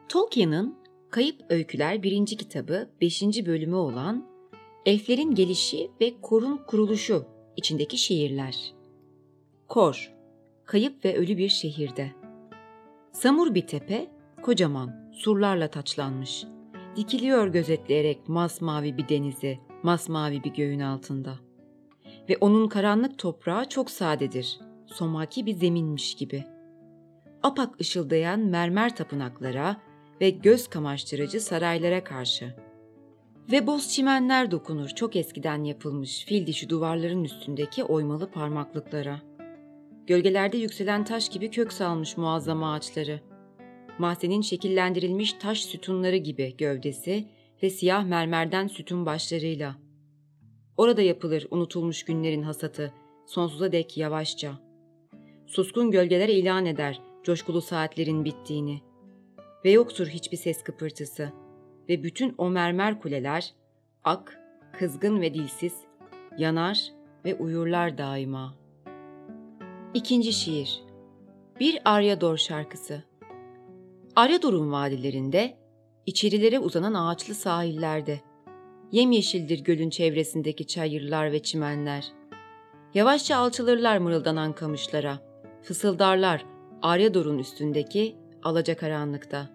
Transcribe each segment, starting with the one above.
Tolkien'in Kayıp Öyküler 1. kitabı 5. bölümü olan Elflerin Gelişi ve Kor'un Kuruluşu içindeki şiirler. Kor, kayıp ve ölü bir şehirde. Samur bir tepe, kocaman, surlarla taçlanmış. Dikiliyor gözetleyerek masmavi bir denizi, masmavi bir göğün altında. Ve onun karanlık toprağı çok sadedir, somaki bir zeminmiş gibi. Apak ışıldayan mermer tapınaklara ve göz kamaştırıcı saraylara karşı. Ve boz çimenler dokunur çok eskiden yapılmış fil dişi duvarların üstündeki oymalı parmaklıklara. Gölgelerde yükselen taş gibi kök salmış muazzam ağaçları. Mahzenin şekillendirilmiş taş sütunları gibi gövdesi ve siyah mermerden sütun başlarıyla. Orada yapılır unutulmuş günlerin hasatı, sonsuza dek yavaşça. Suskun gölgeler ilan eder coşkulu saatlerin bittiğini. Ve yoktur hiçbir ses kıpırtısı. Ve bütün o mermer kuleler, ak, kızgın ve dilsiz, yanar ve uyurlar daima. İkinci şiir. Bir Aryador şarkısı. Aryador'un vadilerinde, içerilere uzanan ağaçlı sahillerde, yemyeşildir gölün çevresindeki çayırlar ve çimenler. Yavaşça alçalırlar mırıldanan kamışlara, fısıldarlar Aryador'un üstündeki alacakaranlıkta.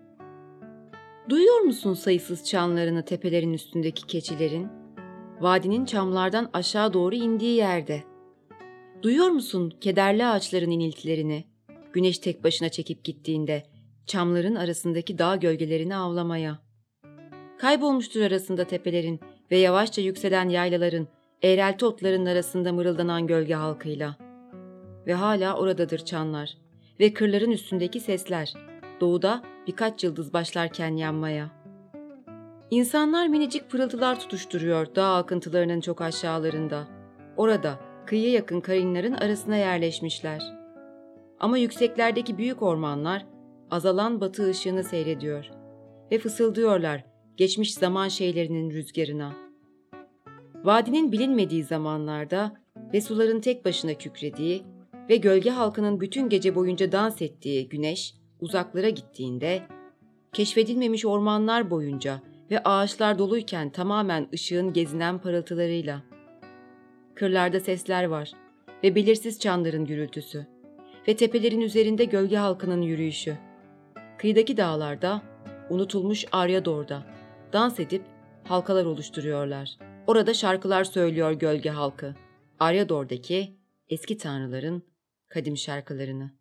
Duyuyor musun sayısız çanlarını tepelerin üstündeki keçilerin? Vadinin çamlardan aşağı doğru indiği yerde. Duyuyor musun kederli ağaçların iniltilerini? Güneş tek başına çekip gittiğinde çamların arasındaki dağ gölgelerini avlamaya. Kaybolmuştur arasında tepelerin ve yavaşça yükselen yaylaların, eğrelti otların arasında mırıldanan gölge halkıyla. Ve hala oradadır çanlar ve kırların üstündeki sesler, doğuda birkaç yıldız başlarken yanmaya. İnsanlar minicik pırıltılar tutuşturuyor dağ akıntılarının çok aşağılarında. Orada, kıyıya yakın karinlerin arasına yerleşmişler. Ama yükseklerdeki büyük ormanlar, azalan batı ışığını seyrediyor ve fısıldıyorlar geçmiş zaman şeylerinin rüzgarına. Vadinin bilinmediği zamanlarda ve suların tek başına kükrediği ve gölge halkının bütün gece boyunca dans ettiği güneş uzaklara gittiğinde, keşfedilmemiş ormanlar boyunca ve ağaçlar doluyken tamamen ışığın gezinen parıltılarıyla. Kırlarda sesler var ve belirsiz çanların gürültüsü ve tepelerin üzerinde gölge halkının yürüyüşü. Kıyıdaki dağlarda, unutulmuş Aryador'da dans edip halkalar oluşturuyorlar. Orada şarkılar söylüyor gölge halkı, Aryador'daki eski tanrıların kadim şarkılarını.